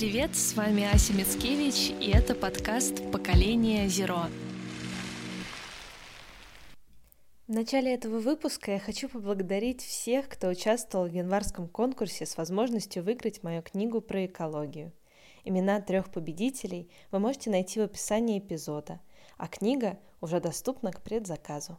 Привет, с вами Ася Мицкевич, и это подкаст «Поколение Зеро». В начале этого выпуска я хочу поблагодарить всех, кто участвовал в январском конкурсе с возможностью выиграть мою книгу про экологию. Имена 3 победителей вы можете найти в описании эпизода, а книга уже доступна к предзаказу.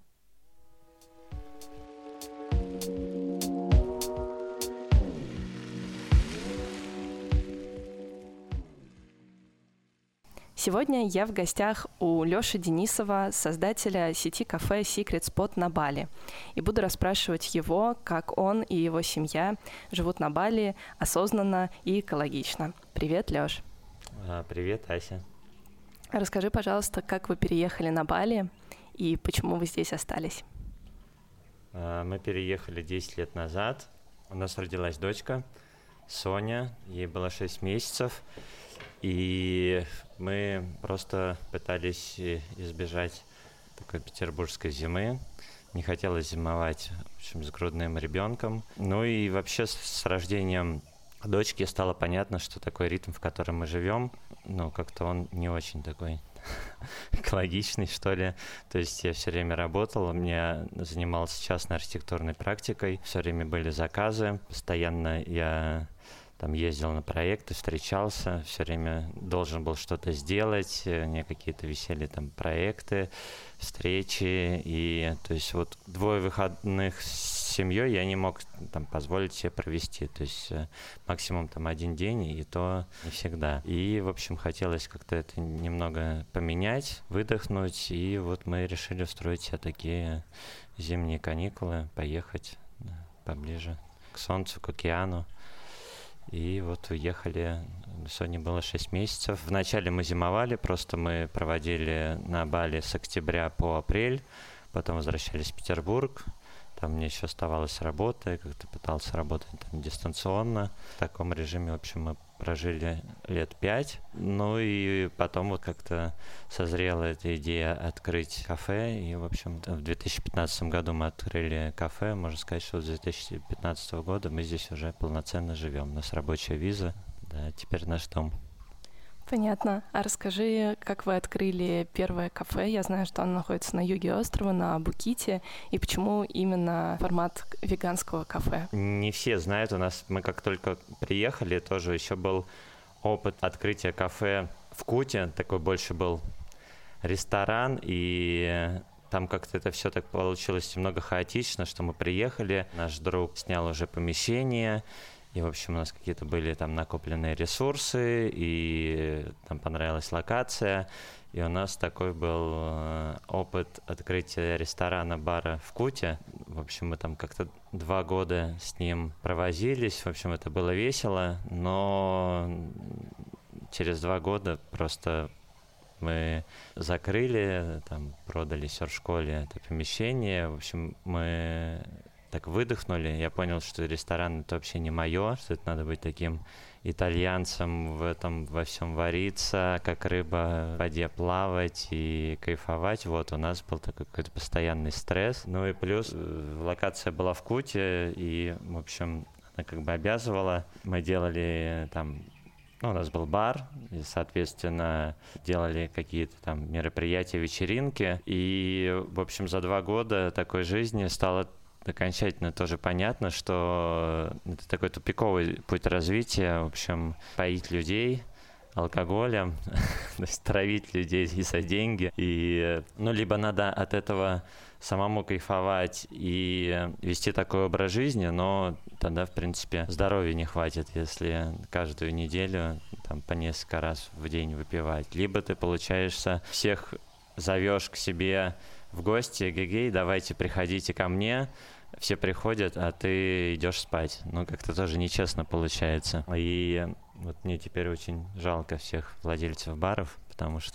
Сегодня я в гостях у Лёши Денисова, создателя сети кафе Secret Spot на Бали. И буду расспрашивать его, как он и его семья живут на Бали осознанно и экологично. Привет, Лёш. Привет, Ася. Расскажи, пожалуйста, как вы переехали на Бали и почему вы здесь остались? Мы переехали 10 лет назад. У нас родилась дочка Соня, ей было 6 месяцев. И мы просто пытались избежать такой петербургской зимы. Не хотелось зимовать, в общем, с грудным ребенком. Ну и вообще с рождением дочки стало понятно, что такой ритм, в котором мы живем, как-то он не очень такой экологичный, что ли. То есть я все время работал, я занимался частной архитектурной практикой, все время были заказы, постоянно я ездил на проекты, встречался, все время должен был что-то сделать, мне какие-то висели проекты, встречи, и то есть 2 выходных с семьей я не мог позволить себе провести, то есть максимум 1 день, и то не всегда. И, в общем, хотелось как-то это немного поменять, выдохнуть, и мы решили устроить себе такие зимние каникулы, поехать поближе к солнцу, к океану. И уехали, Соне было 6 месяцев. Вначале мы зимовали, просто мы проводили на Бали с октября по апрель, потом возвращались в Петербург. Там мне еще оставалась работа, я как-то пытался работать дистанционно. В таком режиме, в общем, мы прожили лет 5. Ну и потом как-то созрела эта идея открыть кафе. И, в общем, в 2015 году мы открыли кафе. Можно сказать, что с 2015 года мы здесь уже полноценно живем. У нас рабочая виза, да, теперь наш дом. Понятно. А расскажи, как вы открыли первое кафе? Я знаю, что оно находится на юге острова, на Буките. И почему именно формат веганского кафе? Не все знают. Мы как только приехали, тоже еще был опыт открытия кафе в Куте. Такой больше был ресторан. И там как-то это все так получилось немного хаотично, что мы приехали. Наш друг снял уже помещение. И, в общем, у нас какие-то были накопленные ресурсы, и там понравилась локация. И у нас такой был опыт открытия ресторана-бара в Куте. В общем, мы как-то 2 года с ним провозились. В общем, это было весело, но через 2 года просто мы закрыли, продали серф-школе это помещение. В общем, мы так выдохнули, я понял, что ресторан это вообще не мое, что это надо быть таким итальянцем, в этом во всем вариться, как рыба в воде плавать и кайфовать. У нас был такой какой-то постоянный стресс. Ну и плюс локация была в Куте, и, в общем, она обязывала. Мы делали у нас был бар, и, соответственно, делали какие-то мероприятия, вечеринки. И, в общем, за 2 года такой жизни стало окончательно тоже понятно, что это такой тупиковый путь развития, в общем, поить людей алкоголем, то есть травить людей и за деньги. И, либо надо от этого самому кайфовать и вести такой образ жизни, но тогда, в принципе, здоровья не хватит, если каждую неделю по несколько раз в день выпивать. Либо ты, получаешься, всех зовешь к себе в гости, гей, давайте приходите ко мне, все приходят, а ты идешь спать. Как-то тоже нечестно получается. И мне теперь очень жалко всех владельцев баров, потому что,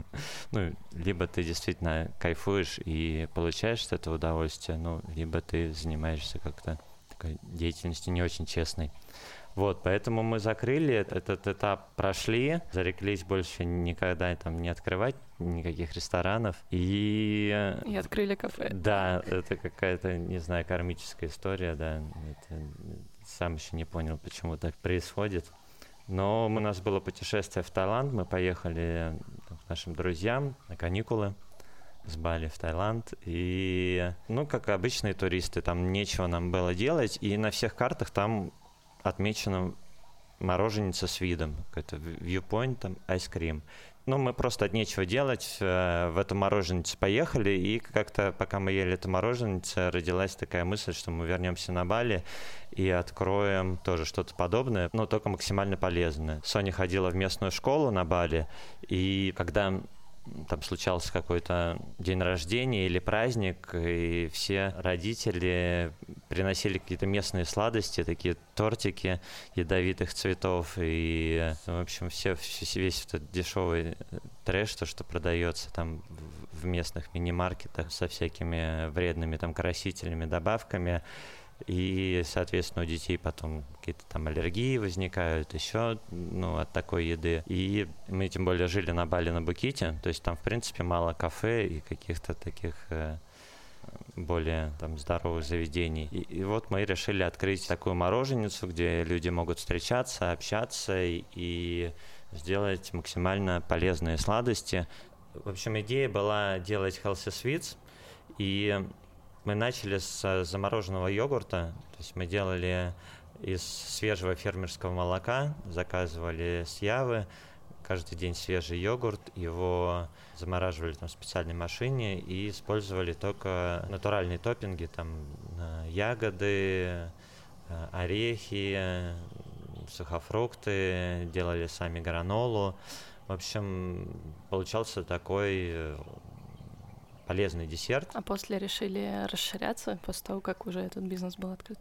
либо ты действительно кайфуешь и получаешь от этого удовольствие, либо ты занимаешься как-то такой деятельностью не очень честной. Поэтому мы закрыли этот этап, прошли, зареклись больше никогда не открывать никаких ресторанов. И открыли кафе. Да, это какая-то, не знаю, кармическая история, да. Сам еще не понял, почему так происходит. Но у нас было путешествие в Таиланд, мы поехали к нашим друзьям на каникулы с Бали в Таиланд. И, как обычные туристы, там нечего нам было делать. И на всех картах там отмечено мороженица с видом. Какой-то viewpoint, там, айскрим. Мы просто от нечего делать в эту мороженицу поехали. И как-то, пока мы ели эту мороженицу, родилась такая мысль, что мы вернемся на Бали и откроем тоже что-то подобное, но только максимально полезное. Соня ходила в местную школу на Бали, и когда там случался какой-то день рождения или праздник, и все родители приносили какие-то местные сладости, такие тортики ядовитых цветов, и, в общем, весь этот дешевый трэш, то, что продается там в местных мини-маркетах со всякими вредными там красителями, добавками. И, соответственно, у детей потом какие-то там аллергии возникают еще, от такой еды. И мы, тем более, жили на Бали на Буките, то есть там, в принципе, мало кафе и каких-то таких более там здоровых заведений. И вот мы решили открыть такую мороженицу, где люди могут встречаться, общаться и сделать максимально полезные сладости. В общем, идея была делать healthy sweets, и мы начали с замороженного йогурта, то есть мы делали из свежего фермерского молока, заказывали с Явы, каждый день свежий йогурт, его замораживали там в специальной машине и использовали только натуральные топпинги, там ягоды, орехи, сухофрукты, делали сами гранолу. В общем, получался такой полезный десерт. А после решили расширяться, после того, как уже этот бизнес был открыт?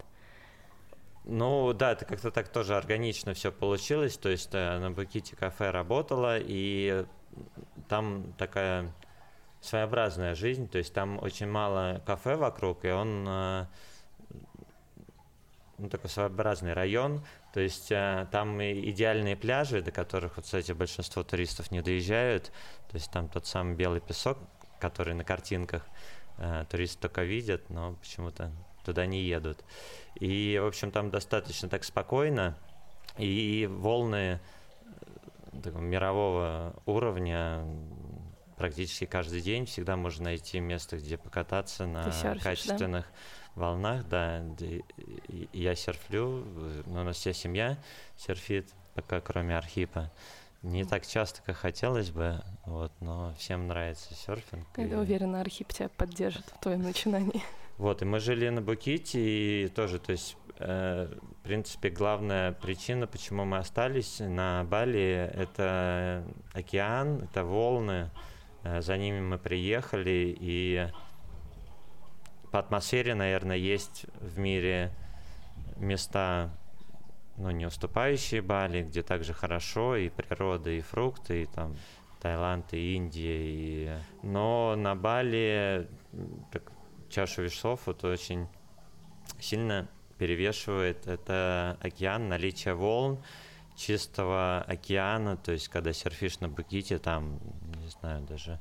Да, это как-то так тоже органично все получилось. То есть на Буките кафе работало, и там такая своеобразная жизнь. То есть там очень мало кафе вокруг, и он такой своеобразный район. То есть там идеальные пляжи, до которых, вот, кстати, большинство туристов не доезжают. То есть там тот самый белый песок, который на картинках туристы только видят, но почему-то туда не едут. И, в общем, там достаточно так спокойно, и волны такого мирового уровня практически каждый день. Всегда можно найти место, где покататься на качественных волнах. Да, я серфлю, но у нас вся семья серфит, пока кроме Архипа. Не так часто, как хотелось бы, но всем нравится серфинг. Я уверена, Архип тебя поддержит в твоем начинании. И мы жили на Буките, и тоже, то есть, в принципе, главная причина, почему мы остались на Бали, это океан, это волны, за ними мы приехали, и по атмосфере, наверное, есть в мире места, не уступающие Бали, где также хорошо и природа, и фрукты, и там Таиланд, и Индия. Но на Бали чашу весов очень сильно перевешивает это океан, наличие волн, чистого океана. То есть, когда серфишь на Буките, там, не знаю, даже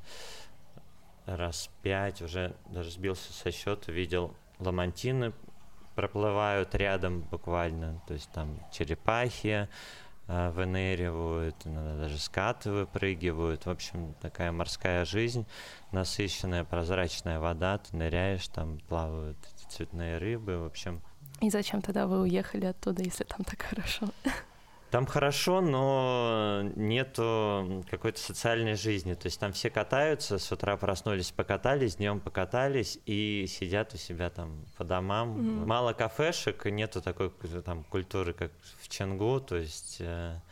раз 5, уже даже сбился со счета, видел ламантины проплывают рядом буквально, то есть там черепахи выныривают, иногда даже скаты выпрыгивают. В общем, такая морская жизнь, насыщенная, прозрачная вода, ты ныряешь, там плавают эти цветные рыбы, в общем. И зачем тогда вы уехали оттуда, если там так хорошо? Там хорошо, но нету какой-то социальной жизни. То есть там все катаются, с утра проснулись, покатались, днем покатались и сидят у себя там по домам. Mm-hmm. Мало кафешек, нету такой там культуры, как в Чангу, то есть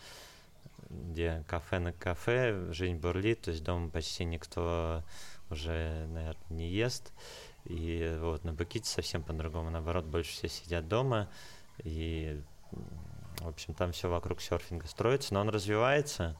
где кафе на кафе, жизнь бурлит, то есть дома почти никто уже, наверное, не ест. И на Буките совсем по-другому, наоборот, больше все сидят дома, и в общем, там все вокруг серфинга строится, но он развивается,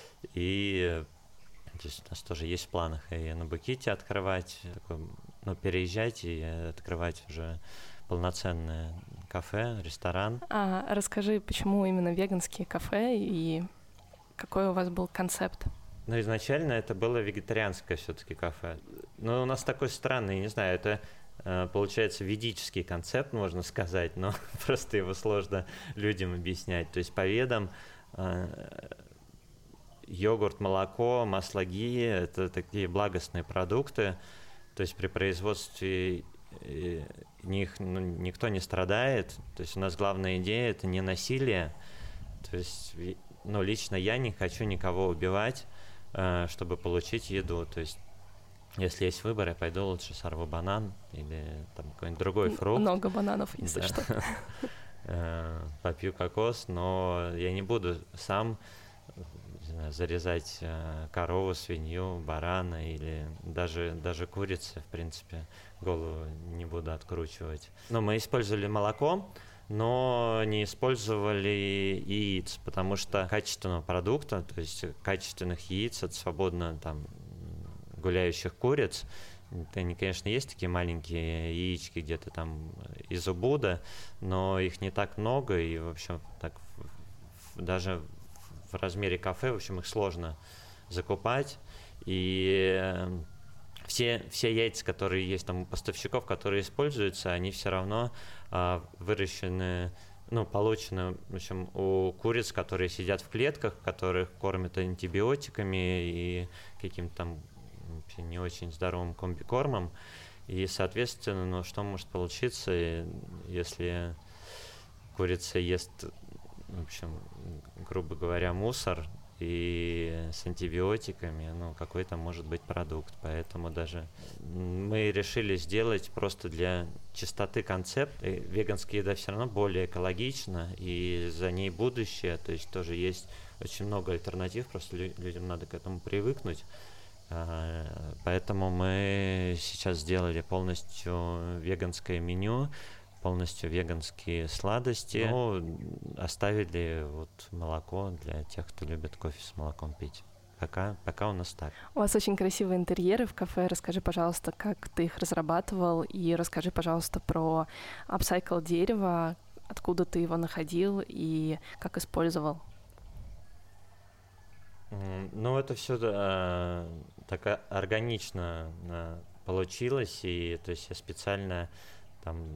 и то есть у нас тоже есть в планах и на Буките открывать, переезжать и открывать уже полноценное кафе, ресторан. А расскажи, почему именно веганские кафе и какой у вас был концепт? Изначально это было вегетарианское все-таки кафе. Но у нас такой странный, не знаю, это получается ведический концепт, можно сказать, но просто его сложно людям объяснять. То есть по ведам йогурт, молоко, масло ги – это такие благостные продукты, то есть при производстве них никто не страдает, то есть у нас главная идея – это не насилие, то есть лично я не хочу никого убивать, чтобы получить еду, то есть если есть выбор, я пойду лучше сорву банан или там какой-нибудь другой фрукт. Много бананов, если что. Попью кокос, но я не буду сам зарезать корову, свинью, барана или даже курицы, в принципе, голову не буду откручивать. Но мы использовали молоко, но не использовали яиц, потому что качественного продукта, то есть качественных яиц от свободно там гуляющих куриц, они, конечно, есть такие маленькие яички где-то там из убуда, но их не так много, и, в общем, так даже в размере кафе, в общем, их сложно закупать, и все яйца, которые есть там у поставщиков, которые используются, они все равно выращены, получены, в общем, у куриц, которые сидят в клетках, которых кормят антибиотиками и каким-то там вообще не очень здоровым комбикормом. И, соответственно, что может получиться, если курица ест, в общем, грубо говоря, мусор и с антибиотиками, какой там может быть продукт. Поэтому даже мы решили сделать просто для чистоты концепт. И веганская еда все равно более экологична, и за ней будущее. То есть тоже есть очень много альтернатив, просто людям надо к этому привыкнуть. Поэтому мы сейчас сделали полностью веганское меню, полностью веганские сладости, но оставили молоко для тех, кто любит кофе с молоком пить. Пока у нас так. У вас очень красивые интерьеры в кафе. Расскажи, пожалуйста, как ты их разрабатывал, и расскажи, пожалуйста, про апсайкл дерева, откуда ты его находил и как использовал. Это все так органично получилось, и то есть я специально там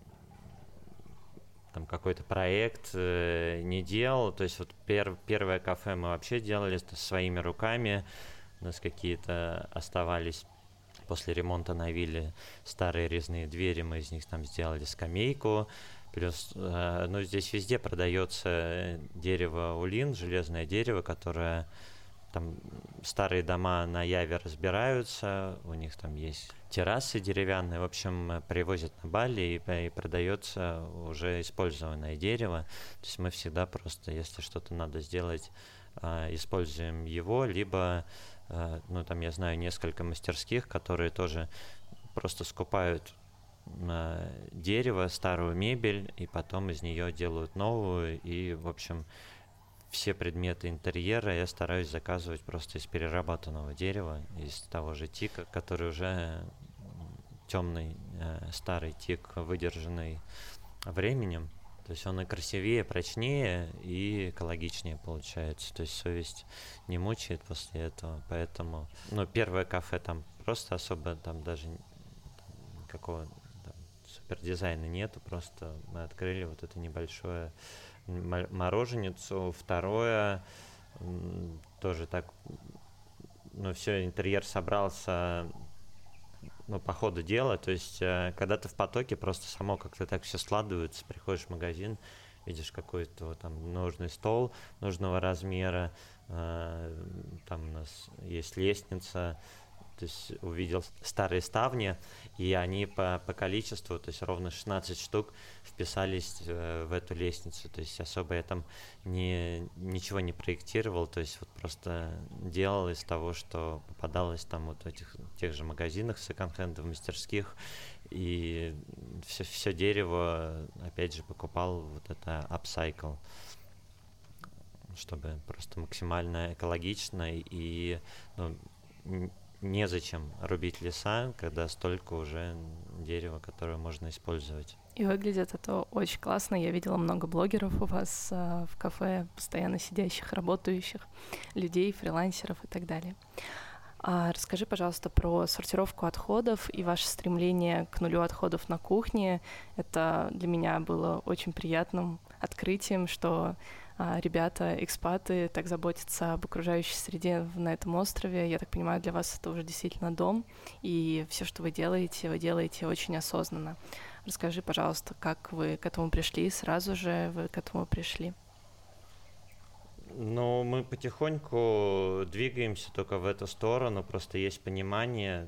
какой-то проект не делал, то есть первое кафе мы вообще делали своими руками, у нас какие-то оставались после ремонта на вилле старые резные двери, мы из них там сделали скамейку. Плюс, здесь везде продается дерево улин, железное дерево, которое там старые дома на Яве разбираются, у них там есть террасы деревянные, в общем, привозят на Бали и продается уже использованное дерево. То есть мы всегда просто, если что-то надо сделать, используем его, либо, там я знаю несколько мастерских, которые тоже просто скупают дерево, старую мебель, и потом из нее делают новую, и, в общем, все предметы интерьера я стараюсь заказывать просто из переработанного дерева, из того же тика, который уже темный, старый тик, выдержанный временем. То есть он и красивее, прочнее, и экологичнее получается. То есть совесть не мучает после этого. Поэтому, первое кафе там просто особо там даже никакого супердизайна нету, просто мы открыли это небольшое мороженицу. Второе, тоже так, все, интерьер собрался, по ходу дела, то есть когда ты в потоке, просто само как-то так все складывается, приходишь в магазин, видишь какой-то там нужный стол нужного размера, там у нас есть лестница, то есть увидел старые ставни, и они по количеству, то есть ровно 16 штук вписались в эту лестницу, то есть особо я там ничего не проектировал, то есть просто делал из того, что попадалось там в тех же магазинах, секонд-хендов, мастерских, и все дерево, опять же, покупал это апсайкл, чтобы просто максимально экологично и незачем рубить леса, когда столько уже дерева, которое можно использовать. И выглядит это очень классно. Я видела много блогеров у вас в кафе, постоянно сидящих, работающих людей, фрилансеров и так далее. Расскажи, пожалуйста, про сортировку отходов и ваше стремление к нулю отходов на кухне. Это для меня было очень приятным открытием, что ребята, экспаты, так заботятся об окружающей среде на этом острове. Я так понимаю, для вас это уже действительно дом, и все, что вы делаете очень осознанно. Расскажи, пожалуйста, как вы к этому пришли, сразу же вы к этому пришли? Ну, мы потихоньку двигаемся только в эту сторону, просто есть понимание,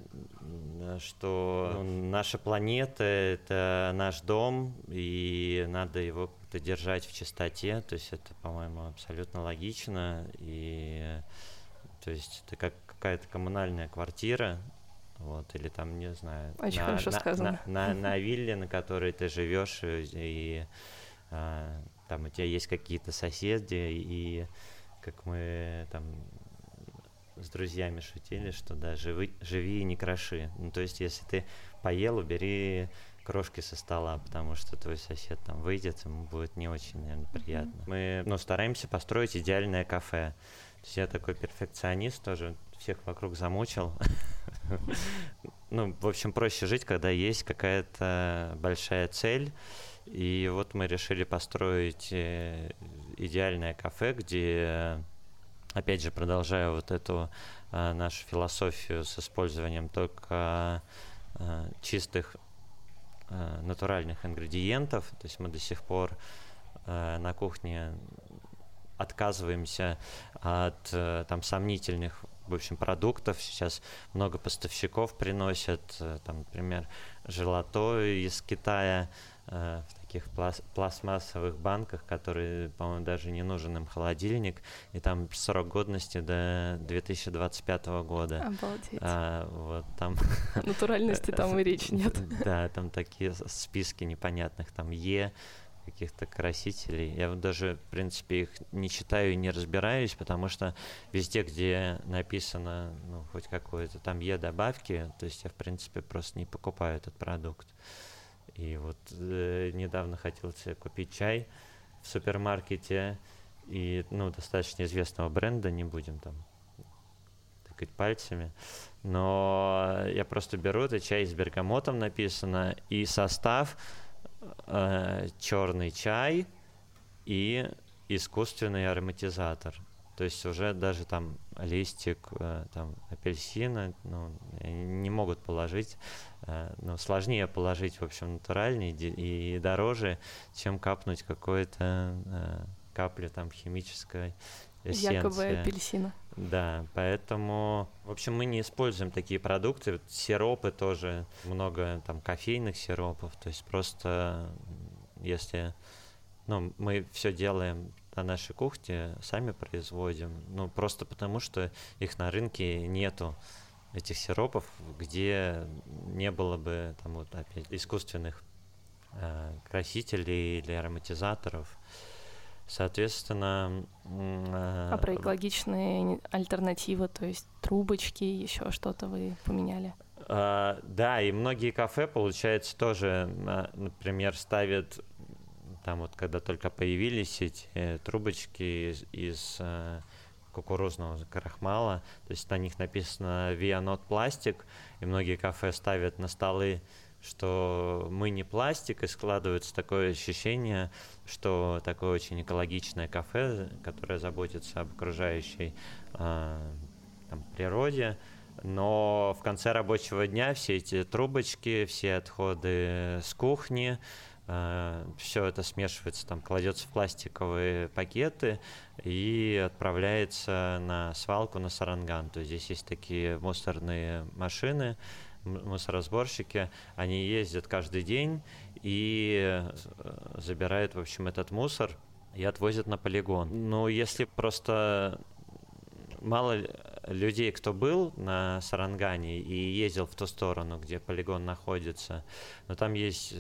что наша планета — это наш дом, и надо его как-то держать в чистоте, то есть это, по-моему, абсолютно логично, и то есть это как какая-то коммунальная квартира, вот, или там, не знаю, Очень хорошо сказано. на вилле, на которой ты живешь, и там у тебя есть какие-то соседи, и как мы там с друзьями шутили, что да, живи и не кроши. Ну, то есть, если ты поел, убери крошки со стола, потому что твой сосед там выйдет, ему будет не очень, наверное, приятно. Мы, стараемся построить идеальное кафе. То есть я такой перфекционист, тоже всех вокруг замучил. Ну, в общем, проще жить, когда есть какая-то большая цель. И вот мы решили построить идеальное кафе, где, опять же, продолжая вот эту нашу философию с использованием только чистых натуральных ингредиентов. То есть мы до сих пор на кухне отказываемся от там сомнительных, в общем, продуктов. Сейчас много поставщиков приносят, там, например, желато из Китая в таких пластмассовых банках, которые, по-моему, даже не нужен им холодильник, и там срок годности до 2025 года. Обалдеть. Вот там... Натуральности там и речи нет. Да, там такие списки непонятных, там каких-то красителей. Я вот даже, в принципе, их не читаю и не разбираюсь, потому что везде, где написано, хоть какое-то там добавки, то есть я, в принципе, просто не покупаю этот продукт. И вот недавно хотел себе купить чай в супермаркете, и, достаточно известного бренда, не будем там тыкать пальцами, но я просто беру этот чай с бергамотом написано, и состав черный чай и искусственный ароматизатор. То есть уже даже там листик там, апельсина не могут положить. Сложнее положить, в общем, натуральный и дороже, чем капнуть какой-то каплю там химической эссенции. Якобы апельсина. Да, поэтому, в общем, мы не используем такие продукты. Сиропы тоже, много там кофейных сиропов. То есть просто если мы все делаем на нашей кухне, сами производим, просто потому что их на рынке нету, этих сиропов, где не было бы там вот опять искусственных красителей или ароматизаторов. Соответственно... про экологичные альтернативы, то есть трубочки, еще что-то вы поменяли? Да, и многие кафе, получается, тоже, например, ставят, там вот когда только появились эти трубочки из кукурузного крахмала, то есть на них написано «We are not plastic», и многие кафе ставят на столы, что мы не пластик, и складывается такое ощущение, что такое очень экологичное кафе, которое заботится об окружающей природе, но в конце рабочего дня все эти трубочки, все отходы с кухни, все это смешивается, там кладется в пластиковые пакеты и отправляется на свалку, на Саранган. То есть здесь есть такие мусорные машины, мусоросборщики, они ездят каждый день и забирают, в общем, этот мусор и отвозят на полигон. Но если просто мало людей, кто был на Сарангане и ездил в ту сторону, где полигон находится, но там есть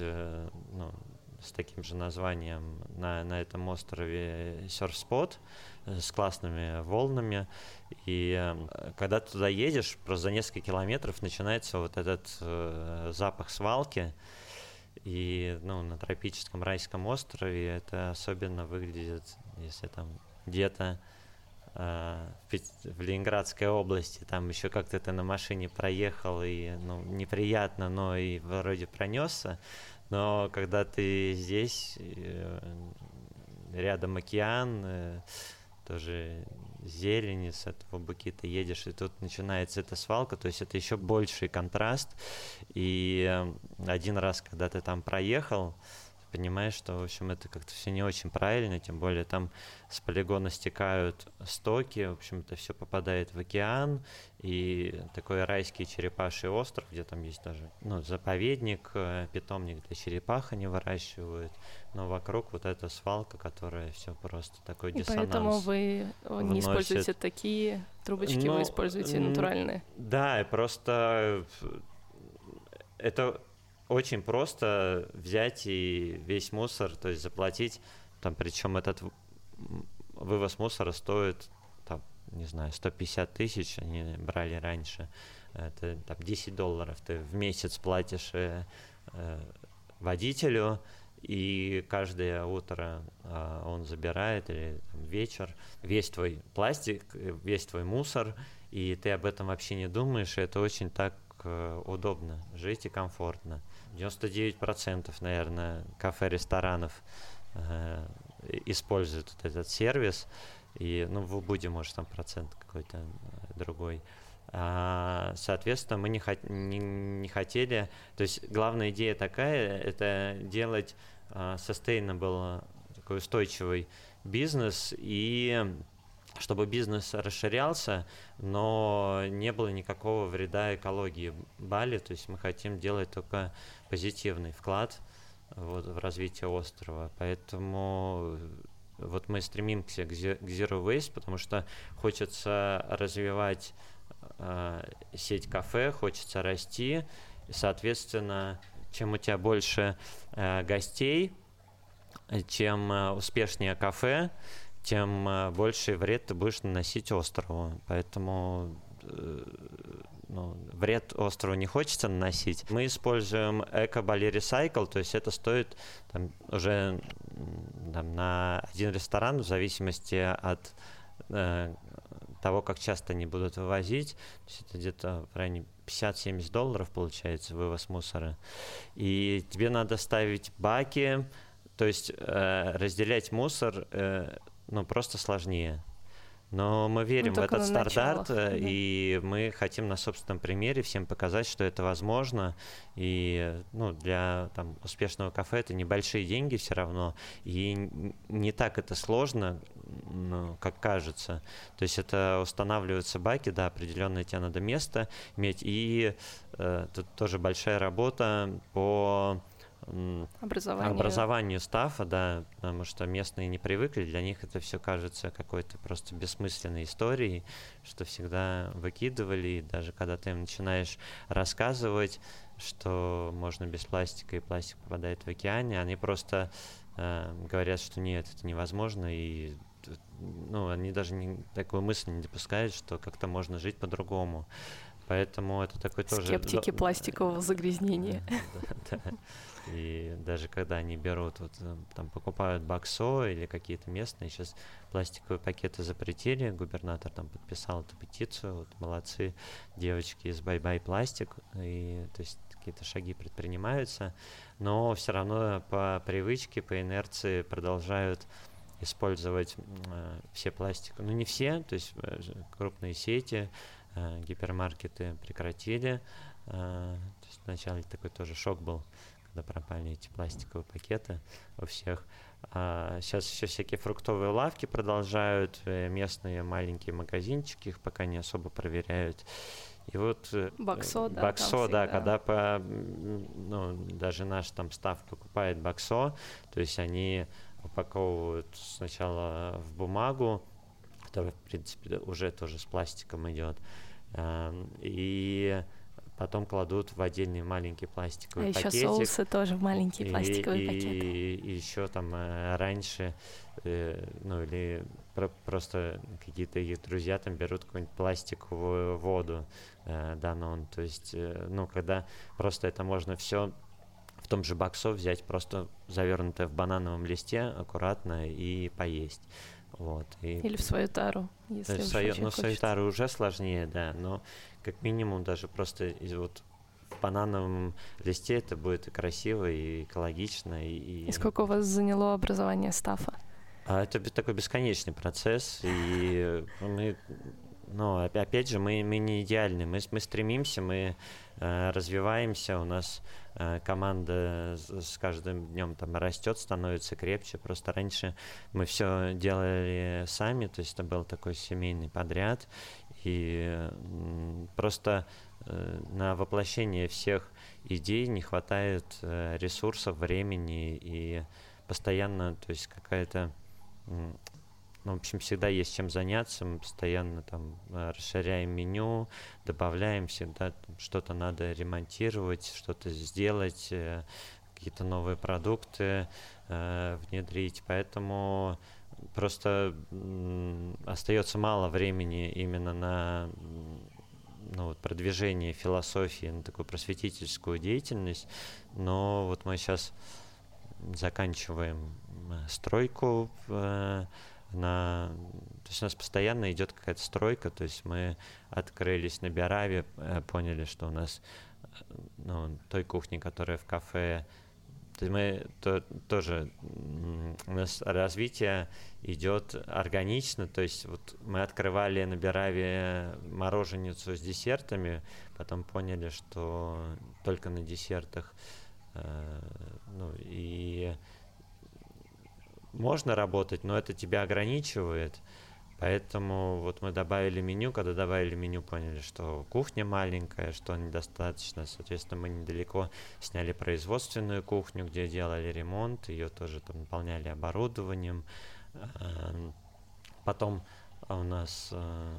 с таким же названием на этом острове серф-спот с классными волнами. И когда ты туда едешь, просто за несколько километров начинается вот этот запах свалки. И на тропическом райском острове это особенно выглядит, если там где-то в Ленинградской области, там еще как-то ты на машине проехал, и неприятно, но и вроде пронесся. Но когда ты здесь, рядом океан, тоже зелени, с этого букета едешь, и тут начинается эта свалка, то есть это еще больший контраст. И один раз, когда ты там проехал, понимаешь, что, в общем, это как-то все не очень правильно, тем более там с полигона стекают стоки, в общем, это все попадает в океан, и такой райский черепаший остров, где там есть даже, заповедник, питомник для черепах они выращивают, но вокруг вот эта свалка, которая все просто такой диссонанс. И поэтому вы не используете такие трубочки, вы используете натуральные. Да, и просто это очень просто взять и весь мусор, то есть заплатить, там, причем этот вывоз мусора стоит, там, не знаю, 150 тысяч, они брали раньше, это там, $10 ты в месяц платишь водителю, и каждое утро он забирает, или там, вечер, весь твой пластик, весь твой мусор, и ты об этом вообще не думаешь, и это очень так удобно жить и комфортно. 99%, наверное, кафе, ресторанов используют вот этот сервис, и, в Убуде, может, там процент какой-то другой. Соответственно, мы не хотели, то есть главная идея такая, это делать sustainable, такой устойчивый бизнес, и чтобы бизнес расширялся, но не было никакого вреда экологии Бали, то есть мы хотим делать только позитивный вклад в развитие острова, поэтому вот мы стремимся к Zero Waste, потому что хочется развивать сеть кафе, хочется расти, и, соответственно, чем у тебя больше гостей, чем успешнее кафе, тем больший вред ты будешь наносить острову. Поэтому вред острову не хочется наносить. Мы используем Eco-Bali Recycle, то есть это стоит там, уже на один ресторан, в зависимости от того, как часто они будут вывозить. То есть это где-то в районе $50-70 получается вывоз мусора. И тебе надо ставить баки, то есть разделять мусор просто сложнее. Но мы верим в этот стандарт, и мы хотим на собственном примере всем показать, что это возможно. И для успешного кафе это небольшие деньги все равно, и не так это сложно, как кажется. То есть это устанавливаются баки, да, определенное тебе надо место иметь, и тут тоже большая работа по образованию стаффа, да, потому что местные не привыкли, для них это все кажется какой-то просто бессмысленной историей, что всегда выкидывали, и даже когда ты им начинаешь рассказывать, что можно без пластика, и пластик попадает в океане, они просто говорят, что нет, это невозможно, и они даже такую мысль не допускают, что как-то можно жить по-другому. Поэтому это такой тоже... Скептики пластикового загрязнения. Да. И даже когда они берут, покупают баксо или какие-то местные, сейчас пластиковые пакеты запретили, губернатор там подписал эту петицию, молодцы девочки из Bye-Bye Plastic, и то есть какие-то шаги предпринимаются, но все равно по привычке, по инерции продолжают использовать все пластики. Не все, то есть крупные сети, гипермаркеты прекратили. То есть вначале такой тоже шок был, когда пропали эти пластиковые пакеты у всех. Сейчас еще всякие фруктовые лавки продолжают, местные маленькие магазинчики, их пока не особо проверяют. И вот баксо, да, когда даже наш там стафф покупает баксо, то есть они упаковывают сначала в бумагу, которая, в принципе, уже тоже с пластиком идет, и потом кладут в отдельный маленький пластиковый пакетик. Еще соусы тоже в маленький пластиковый пакет. И еще там раньше, или просто какие-то их друзья там берут какую-нибудь пластиковую воду, Данон. То есть, когда просто это можно все в том же баксо взять, просто завернутое в банановом листе аккуратно и поесть. Вот, Или в свою тару, если уж очень в свою хочется. тару уже сложнее, да, но как минимум даже просто вот в банановом листе это будет и красиво, и экологично. И сколько у вас заняло образование стаффа? Это такой бесконечный процесс, и мы, опять же, мы не идеальны, мы стремимся, мы развиваемся, у нас команда с каждым днем там растет, становится крепче. Просто раньше мы все делали сами, то есть это был такой семейный подряд, и просто на воплощение всех идей не хватает ресурсов, времени, и постоянно, то есть какая-то, в общем, всегда есть чем заняться, мы постоянно там расширяем меню, добавляем, всегда что-то надо ремонтировать, что-то сделать, какие-то новые продукты внедрить, поэтому просто остается мало времени именно на продвижение философии, на такую просветительскую деятельность, но вот мы сейчас заканчиваем стройку то есть у нас постоянно идет какая-то стройка, то есть мы открылись на Бераве, поняли, что у нас той кухни, которая в кафе, то есть мы тоже у нас развитие идет органично, то есть вот мы открывали на Бераве мороженицу с десертами, потом поняли, что только на десертах и можно работать, но это тебя ограничивает, поэтому вот мы добавили меню, когда добавили меню, поняли, что кухня маленькая, что недостаточно, соответственно, мы недалеко сняли производственную кухню, где делали ремонт, ее тоже там наполняли оборудованием, потом у нас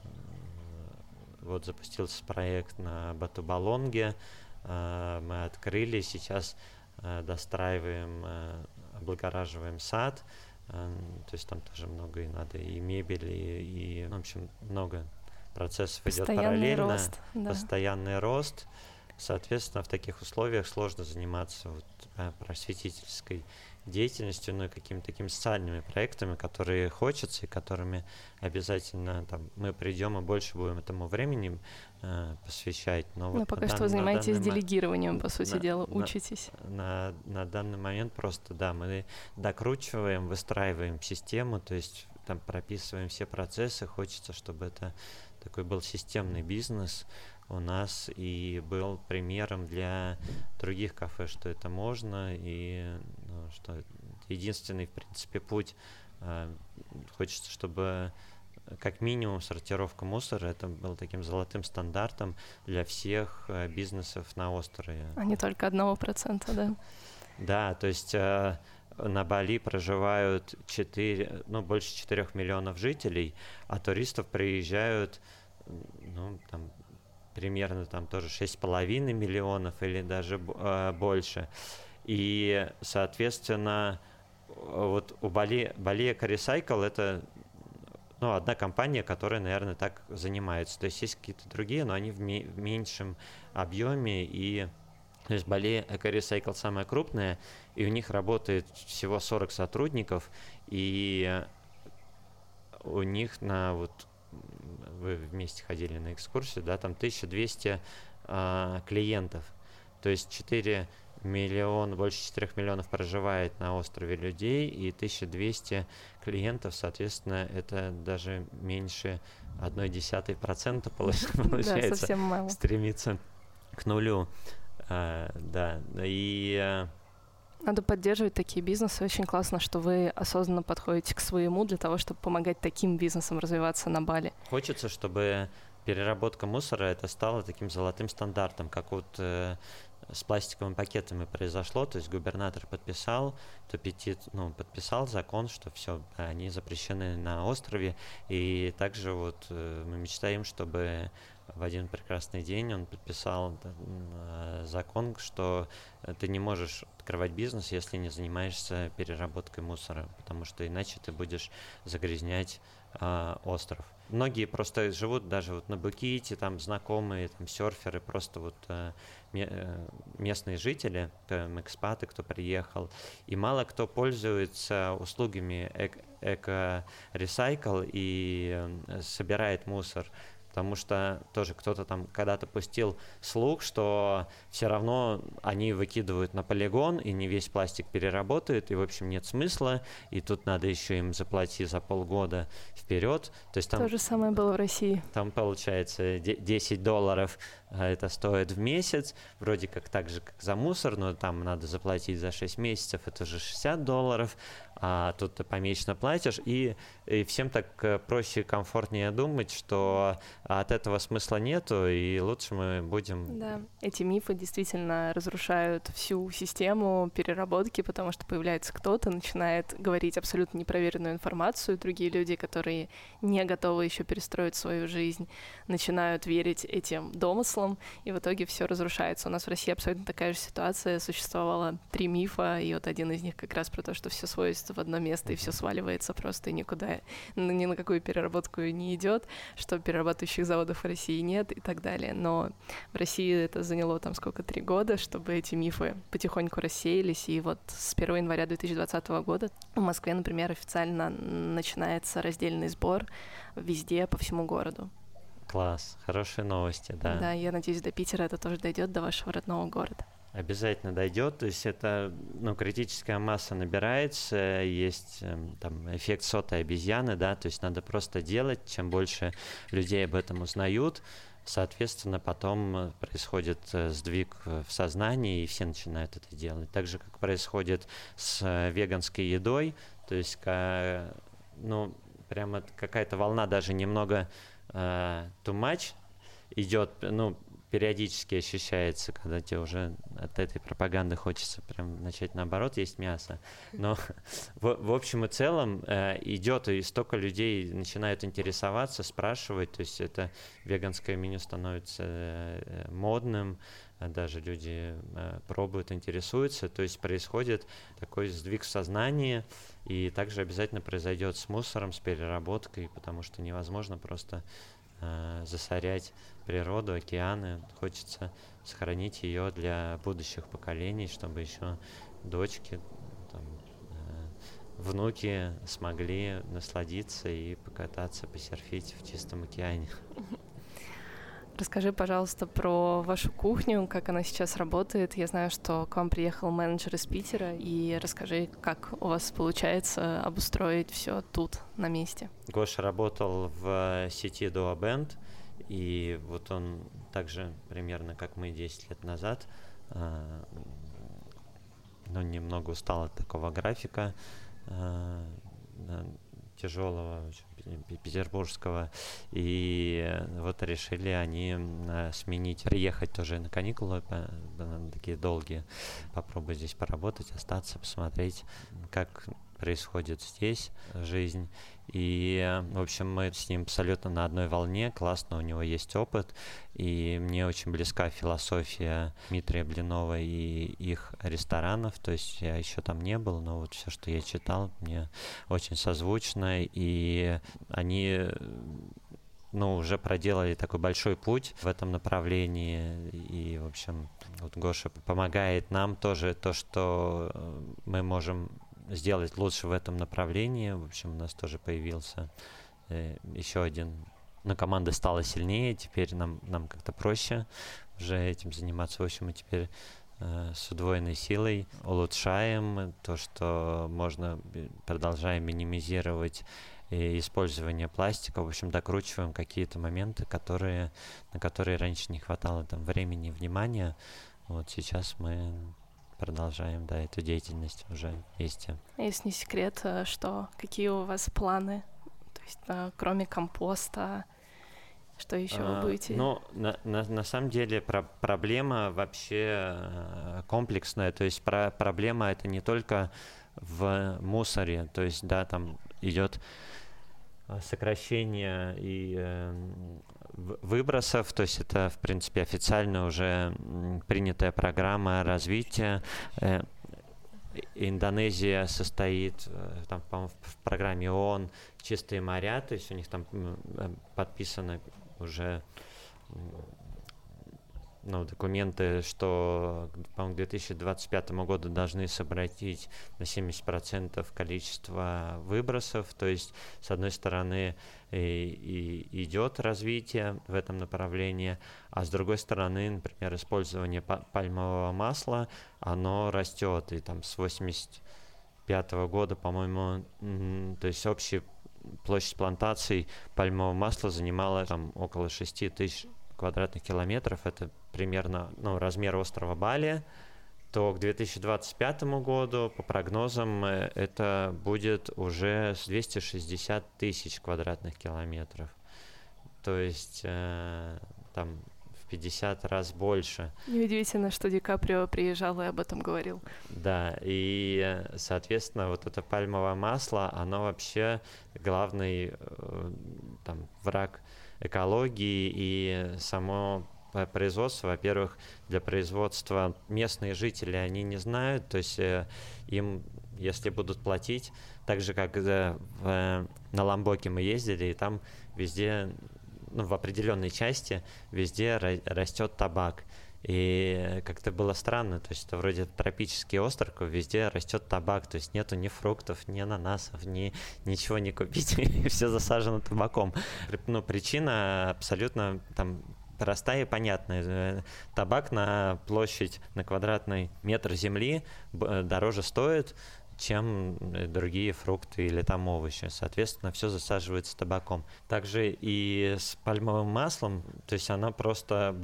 вот запустился проект на Бату-Балонге, мы открыли, сейчас достраиваем, облагораживаем сад, то есть там тоже много и надо, и мебели, и в общем, много процессов идет параллельно. Рост, да. Постоянный рост. Соответственно, в таких условиях сложно заниматься просветительской деятельностью, но и какими-то такими социальными проектами, которые хочется и которыми обязательно мы придем и больше будем этому времени посвящать. Но пока что вы занимаетесь делегированием, по сути дела, учитесь. На данный момент просто, да, мы докручиваем, выстраиваем систему, то есть там прописываем все процессы, хочется, чтобы это такой был системный бизнес у нас и был примером для других кафе, что это можно, и что это единственный, в принципе, путь. Хочется, чтобы как минимум сортировка мусора это был таким золотым стандартом для всех бизнесов на острове. А не только 1%, да? Да, то есть на Бали проживают больше 4 миллионов жителей, а туристов приезжают примерно тоже 6,5 миллионов или даже больше. И, соответственно, вот у Bali Eco Recycle это одна компания, которая, наверное, так занимается. То есть есть какие-то другие, но они в меньшем объеме. И то есть Bali Eco Recycle самая крупная, и у них работает всего 40 сотрудников, и у них вы вместе ходили на экскурсию, да, там 1200 клиентов. То есть больше 4 миллионов проживает на острове людей, и 1200 клиентов, соответственно, это даже меньше 0,1% получается. Да, совсем мало. Стремится к нулю. Да, и... Надо поддерживать такие бизнесы. Очень классно, что вы осознанно подходите к своему для того, чтобы помогать таким бизнесам развиваться на Бали. Хочется, чтобы переработка мусора это стало таким золотым стандартом, как с пластиковыми пакетами произошло, то есть губернатор подписал подписал закон, что все, они запрещены на острове, и также мы мечтаем, чтобы в один прекрасный день он подписал закон, что ты не можешь открывать бизнес, если не занимаешься переработкой мусора, потому что иначе ты будешь загрязнять остров. Многие просто живут даже вот на Буките, там знакомые, там серферы, просто вот местные жители, экспаты, кто приехал, и мало кто пользуется услугами эко-ресайкл и собирает мусор. Потому что тоже кто-то там когда-то пустил слух, что все равно они выкидывают на полигон, и не весь пластик переработают, и, в общем, нет смысла, и тут надо еще им заплатить за полгода вперед. То есть там, то же самое было в России. Там получается $10 это стоит в месяц, вроде как так же, как за мусор, но там надо заплатить за 6 месяцев, это уже $60, а тут ты помесячно платишь, и всем так проще и комфортнее думать, что от этого смысла нету, и лучше мы будем... Да, эти мифы действительно разрушают всю систему переработки, потому что появляется кто-то, начинает говорить абсолютно непроверенную информацию, другие люди, которые не готовы еще перестроить свою жизнь, начинают верить этим домыслам, и в итоге все разрушается. У нас в России абсолютно такая же ситуация, существовало 3 мифа, и вот один из них как раз про то, что все сводится в одно место, и все сваливается просто, и никуда, ни на какую переработку не идет, что перерабатывающих заводов в России нет и так далее. Но в России это заняло там сколько, 3 года, чтобы эти мифы потихоньку рассеялись, и вот с 1 января 2020 года в Москве, например, официально начинается раздельный сбор везде, по всему городу. Класс, хорошие новости, да. Да, я надеюсь, до Питера это тоже дойдет, до вашего родного города. Обязательно дойдет, то есть это, критическая масса набирается, есть там эффект сотой обезьяны, да, то есть надо просто делать, чем больше людей об этом узнают, соответственно, потом происходит сдвиг в сознании, и все начинают это делать. Так же, как происходит с веганской едой, то есть, прямо какая-то волна даже немного too much идет, периодически ощущается, когда тебе уже от этой пропаганды хочется прям начать наоборот есть мясо. Но в общем и целом идет, и столько людей начинают интересоваться, спрашивать, то есть это веганское меню становится модным, даже люди пробуют, интересуются, то есть происходит такой сдвиг в сознании, и также обязательно произойдет с мусором, с переработкой, потому что невозможно просто засорять природу, океаны. Хочется сохранить ее для будущих поколений, чтобы еще дочки, внуки смогли насладиться и покататься, посерфить в чистом океане. Расскажи, пожалуйста, про вашу кухню, как она сейчас работает. Я знаю, что к вам приехал менеджер из Питера, и расскажи, как у вас получается обустроить все тут, на месте. Гоша работал в сети Duoband, и вот он также примерно как мы 10 лет назад, немного устал от такого графика тяжелого, петербургского, и вот решили они сменить, приехать тоже на каникулы, такие долгие, попробовать здесь поработать, остаться, посмотреть, как происходит здесь жизнь. И, в общем, мы с ним абсолютно на одной волне, классно, у него есть опыт, и мне очень близка философия Дмитрия Блинова и их ресторанов, то есть я еще там не был, но вот все, что я читал, мне очень созвучно, и они уже проделали такой большой путь в этом направлении, и, в общем, вот Гоша помогает нам тоже то, что мы можем сделать лучше в этом направлении. В общем, у нас тоже появился еще один, команда стала сильнее, теперь нам как-то проще уже этим заниматься. В общем, мы теперь с удвоенной силой улучшаем то, что можно, продолжаем минимизировать использование пластика, в общем, докручиваем какие-то моменты, на которые раньше не хватало времени и внимания. Вот сейчас мы продолжаем, эту деятельность уже вместе. Если не секрет, какие у вас планы? То есть, кроме компоста, что еще вы будете? На самом деле проблема вообще комплексная, то есть проблема это не только в мусоре, то есть, там идет сокращение и выбросов, то есть это, в принципе, официально уже принятая программа развития. Индонезия состоит там, по-моему, в программе ООН «Чистые моря», то есть у них там подписаны уже документы, что, по-моему, к 2025 году должны сократить на 70% количество выбросов. То есть, с одной стороны, и идет развитие в этом направлении, а с другой стороны, например, использование пальмового масла, оно растет. И там с 1985 года, по-моему, то есть общая площадь плантаций пальмового масла занимала там около 6 тысяч квадратных километров, это примерно размер острова Бали, то к 2025 году, по прогнозам, это будет уже 260 тысяч квадратных километров. То есть там в 50 раз больше. Неудивительно, что Ди Каприо приезжал и об этом говорил. Да, и, соответственно, вот это пальмовое масло, оно вообще главный там враг экологии и само производство. Во-первых, для производства местные жители, они не знают, то есть им, если будут платить, так же, как на Ламбоке мы ездили, и там везде, в определенной части, везде растет табак. И как-то было странно, то есть это вроде тропический остров, везде растет табак, то есть нету ни фруктов, ни ананасов, ничего не купить, и все засажено табаком. Причина абсолютно там простая и понятная. Табак на площадь, на квадратный метр земли дороже стоит, чем другие фрукты или там овощи. Соответственно, все засаживается табаком. Также и с пальмовым маслом, то есть оно просто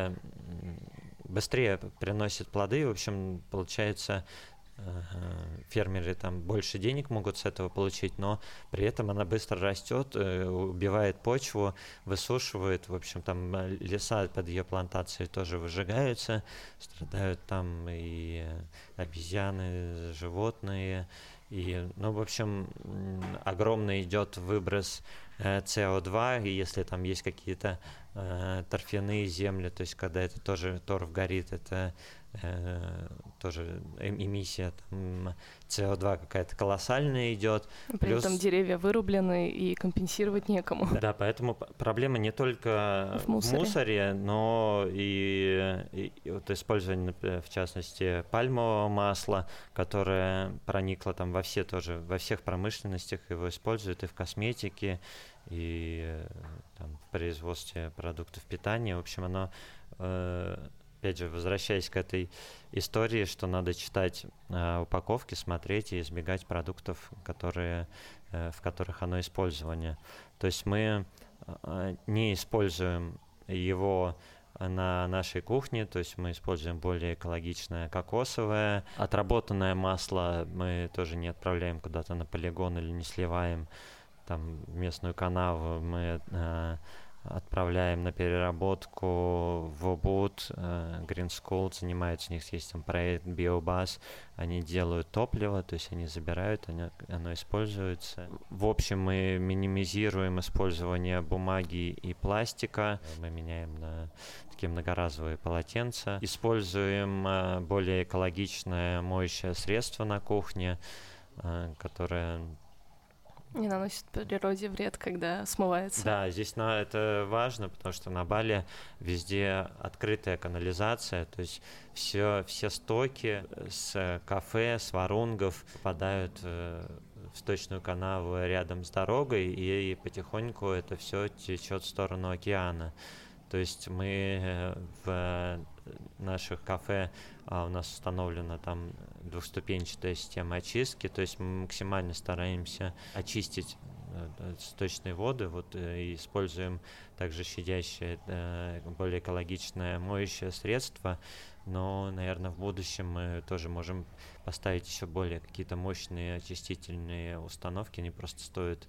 быстрее приносит плоды. В общем, получается, фермеры там больше денег могут с этого получить, но при этом она быстро растет, убивает почву, высушивает, в общем, там леса под ее плантацией тоже выжигаются, страдают там и обезьяны, животные, и, в общем, огромный идет выброс СО2, и если там есть какие-то торфяные земли, то есть когда это тоже торф горит, это тоже эмиссия там, СО2 какая-то колоссальная идет. При этом деревья вырублены и компенсировать некому. Да, поэтому проблема не только в мусоре, но и вот использование, например, в частности, пальмового масла, которое проникло там во всех промышленностях, его используют и в косметике, и там, в производстве продуктов питания. В общем, оно опять же, возвращаясь к этой истории, что надо читать упаковки, смотреть и избегать продуктов, в которых оно использование. То есть мы не используем его на нашей кухне, то есть мы используем более экологичное кокосовое. Отработанное масло мы тоже не отправляем куда-то на полигон или не сливаем там в местную канаву. Мы отправляем на переработку в Убуд. Green School занимается, у них есть там проект Биобас, они делают топливо, то есть они забирают, оно используется. В общем, мы минимизируем использование бумаги и пластика, мы меняем на такие многоразовые полотенца, используем более экологичное моющее средство на кухне, которое не наносит природе вред, когда смывается. Да, здесь это важно, потому что на Бали везде открытая канализация, то есть все стоки с кафе, с варунгов попадают в сточную канаву рядом с дорогой, и потихоньку это все течет в сторону океана. То есть мы в наших кафе, у нас установлена там двухступенчатая система очистки, то есть мы максимально стараемся очистить сточные воды, и используем также щадящее, более экологичное моющее средство, но, наверное, в будущем мы тоже можем поставить еще более какие-то мощные очистительные установки, они просто стоят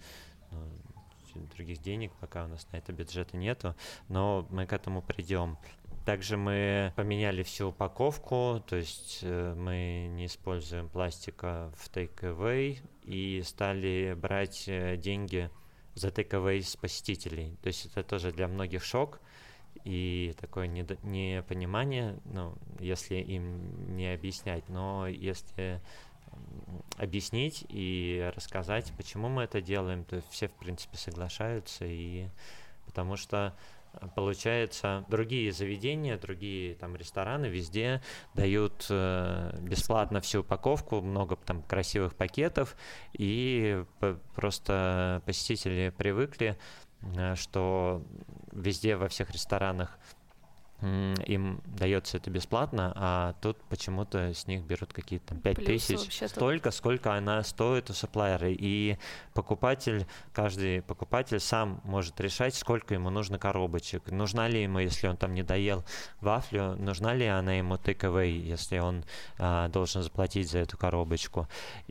других денег, пока у нас на это бюджета нету, но мы к этому придем. Также мы поменяли всю упаковку, то есть мы не используем пластика в take-away и стали брать деньги за takeaway с посетителей. То есть это тоже для многих шок и такое непонимание, ну, если им не объяснять, но если объяснить и рассказать, почему мы это делаем, то все, в принципе, соглашаются, и потому что получается, другие заведения, другие там рестораны везде дают бесплатно всю упаковку, много там красивых пакетов, и просто посетители привыкли, что везде во всех ресторанах им дается это бесплатно, а тут почему-то с них берут какие-то там 5000, столько, сколько она стоит у сапплайера. И каждый покупатель сам может решать, сколько ему нужно коробочек. Нужна ли ему, если он там не доел вафлю, нужна ли она ему take-away, если он должен заплатить за эту коробочку.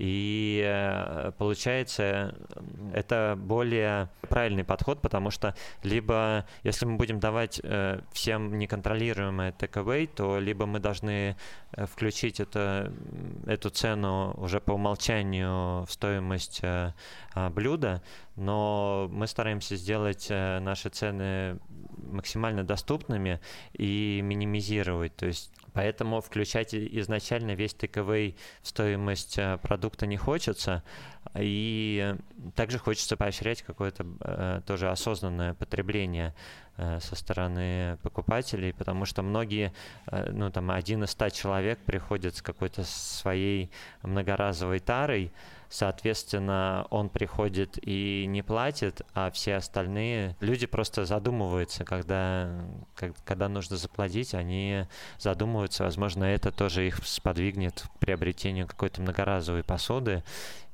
И получается, это более правильный подход, потому что либо, если мы будем давать всем неконтролируемое take-away, то либо мы должны включить эту цену уже по умолчанию в стоимость блюда, но мы стараемся сделать наши цены максимально доступными и минимизировать. То есть поэтому включать изначально весь take-away в стоимость продукта не хочется. И также хочется поощрять какое-то тоже осознанное потребление со стороны покупателей, потому что многие, ну там 1 из 100 человек приходит с какой-то своей многоразовой тарой, соответственно, он приходит и не платит, а все остальные люди просто задумываются, когда нужно заплатить, они задумываются, возможно, это тоже их сподвигнет к приобретению какой-то многоразовой посуды,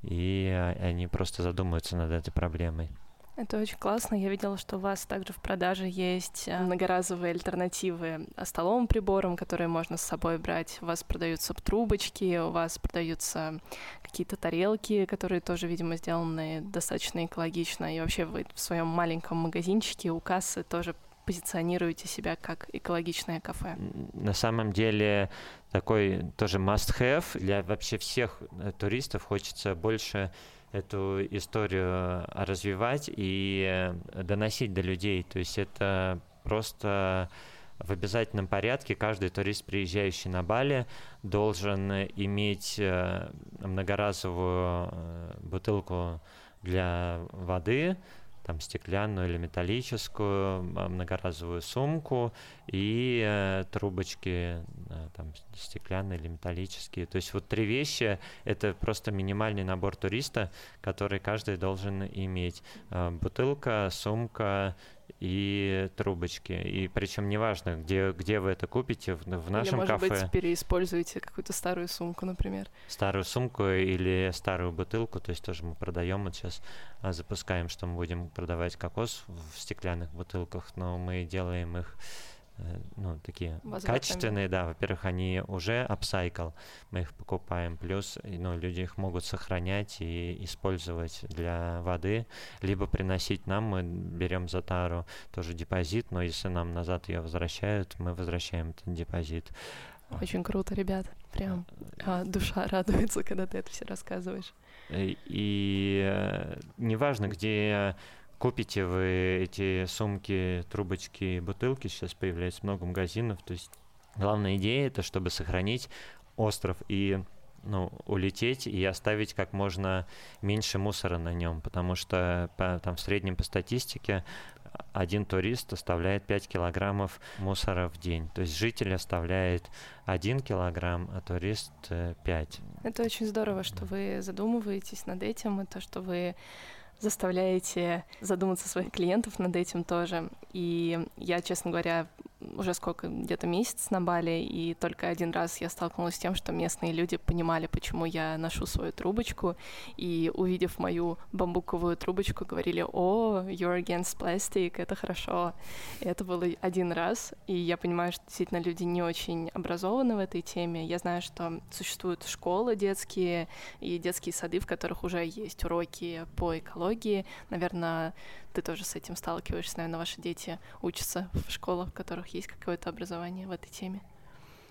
и они просто задумаются над этой проблемой. Это очень классно. Я видела, что у вас также в продаже есть многоразовые альтернативы столовым приборам, которые можно с собой брать. У вас продаются трубочки, у вас продаются какие-то тарелки, которые тоже, видимо, сделаны достаточно экологично. И вообще вы в своем маленьком магазинчике у кассы тоже позиционируете себя как экологичное кафе. На самом деле такой тоже must-have для вообще всех туристов. Хочется больше эту историю развивать и доносить до людей. То есть это просто в обязательном порядке каждый турист, приезжающий на Бали, должен иметь многоразовую бутылку для воды, там стеклянную или металлическую, многоразовую сумку и трубочки там стеклянные или металлические. То есть вот 3 вещи — это просто минимальный набор туриста, который каждый должен иметь. Бутылка, сумка и трубочки. И причем неважно, где вы это купите, в нашем кафе. Или, может быть, переиспользуете какую-то старую сумку, например. Старую сумку или старую бутылку, то есть тоже мы продаем, вот сейчас запускаем, что мы будем продавать кокос в стеклянных бутылках, но мы делаем их такие качественные, да, во-первых, они уже upcycle, мы их покупаем, плюс, люди их могут сохранять и использовать для воды, либо приносить нам, мы берем за тару тоже депозит, но если нам назад ее возвращают, мы возвращаем этот депозит. Очень круто, ребят, прям душа радуется, когда ты это все рассказываешь. И неважно, где купите вы эти сумки, трубочки, бутылки, сейчас появляется много магазинов, то есть главная идея — это чтобы сохранить остров и улететь и оставить как можно меньше мусора на нем, потому что там в среднем по статистике один турист оставляет 5 килограммов мусора в день. То есть житель оставляет 1 килограмм, а турист 5. Это очень здорово, что вы задумываетесь над этим, и то, что вы заставляете задуматься своих клиентов над этим тоже. И я, честно говоря, уже где-то месяц на Бали, и только 1 раз я столкнулась с тем, что местные люди понимали, почему я ношу свою трубочку, и, увидев мою бамбуковую трубочку, говорили: «О, you're against plastic, это хорошо». И это было 1 раз, и я понимаю, что действительно люди не очень образованы в этой теме. Я знаю, что существуют школы детские и детские сады, в которых уже есть уроки по экологии. Наверное, ты тоже с этим сталкиваешься, наверное, ваши дети учатся в школах, в которых есть какое-то образование в этой теме.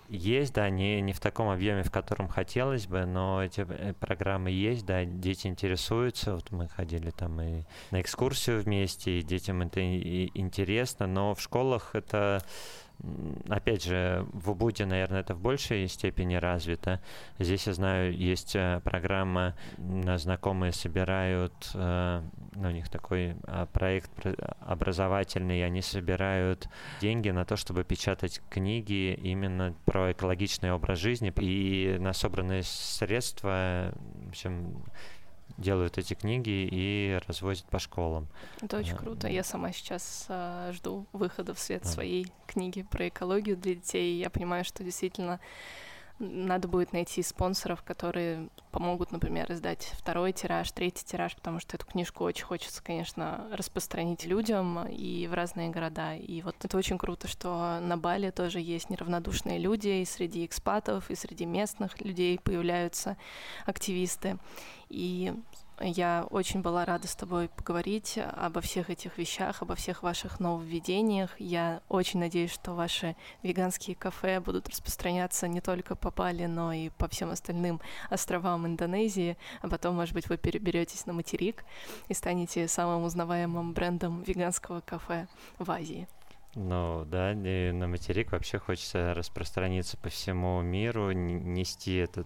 есть, да, не в таком объеме, в котором хотелось бы, но эти программы есть, да, дети интересуются. Вот мы ходили там и на экскурсию вместе, и детям это интересно, но в школах это... Опять же, в Убуде, наверное, это в большей степени развито. Здесь, я знаю, есть программа, знакомые собирают, у них такой проект образовательный, они собирают деньги на то, чтобы печатать книги именно про экологичный образ жизни, и на собранные средства, в общем, делают эти книги и развозят по школам. Это очень круто. Я сама сейчас жду выхода в свет своей книги про экологию для детей. Я понимаю, что действительно надо будет найти спонсоров, которые помогут, например, издать 2-й тираж, 3-й тираж, потому что эту книжку очень хочется, конечно, распространить людям и в разные города. И вот это очень круто, что на Бали тоже есть неравнодушные люди, и среди экспатов, и среди местных людей появляются активисты. И я очень была рада с тобой поговорить обо всех этих вещах, обо всех ваших нововведениях. Я очень надеюсь, что ваши веганские кафе будут распространяться не только по Бали, но и по всем остальным островам Индонезии. А потом, может быть, вы переберетесь на материк и станете самым узнаваемым брендом веганского кафе в Азии. Ну да, и на материк вообще хочется распространиться по всему миру, нести этот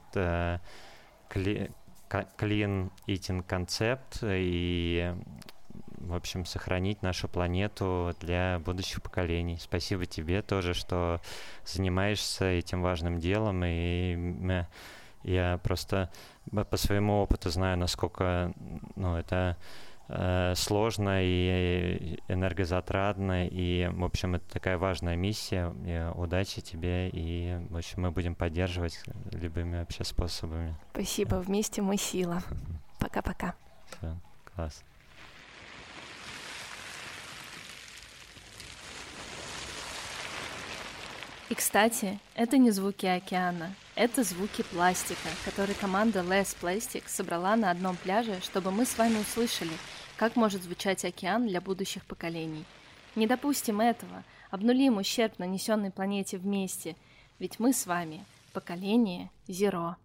clean eating концепт и, в общем, сохранить нашу планету для будущих поколений. Спасибо тебе тоже, что занимаешься этим важным делом, и я просто по своему опыту знаю, насколько это сложно и энергозатратно, и, в общем, это такая важная миссия. И удачи тебе, и, в общем, мы будем поддерживать любыми вообще способами. Спасибо, вместе мы сила. Пока-пока. Все, класс. И, кстати, это не звуки океана, это звуки пластика, который команда Less Plastic собрала на одном пляже, чтобы мы с вами услышали, как может звучать океан для будущих поколений. Не допустим этого, обнулим ущерб, нанесенный планете вместе, ведь мы с вами поколение Zero.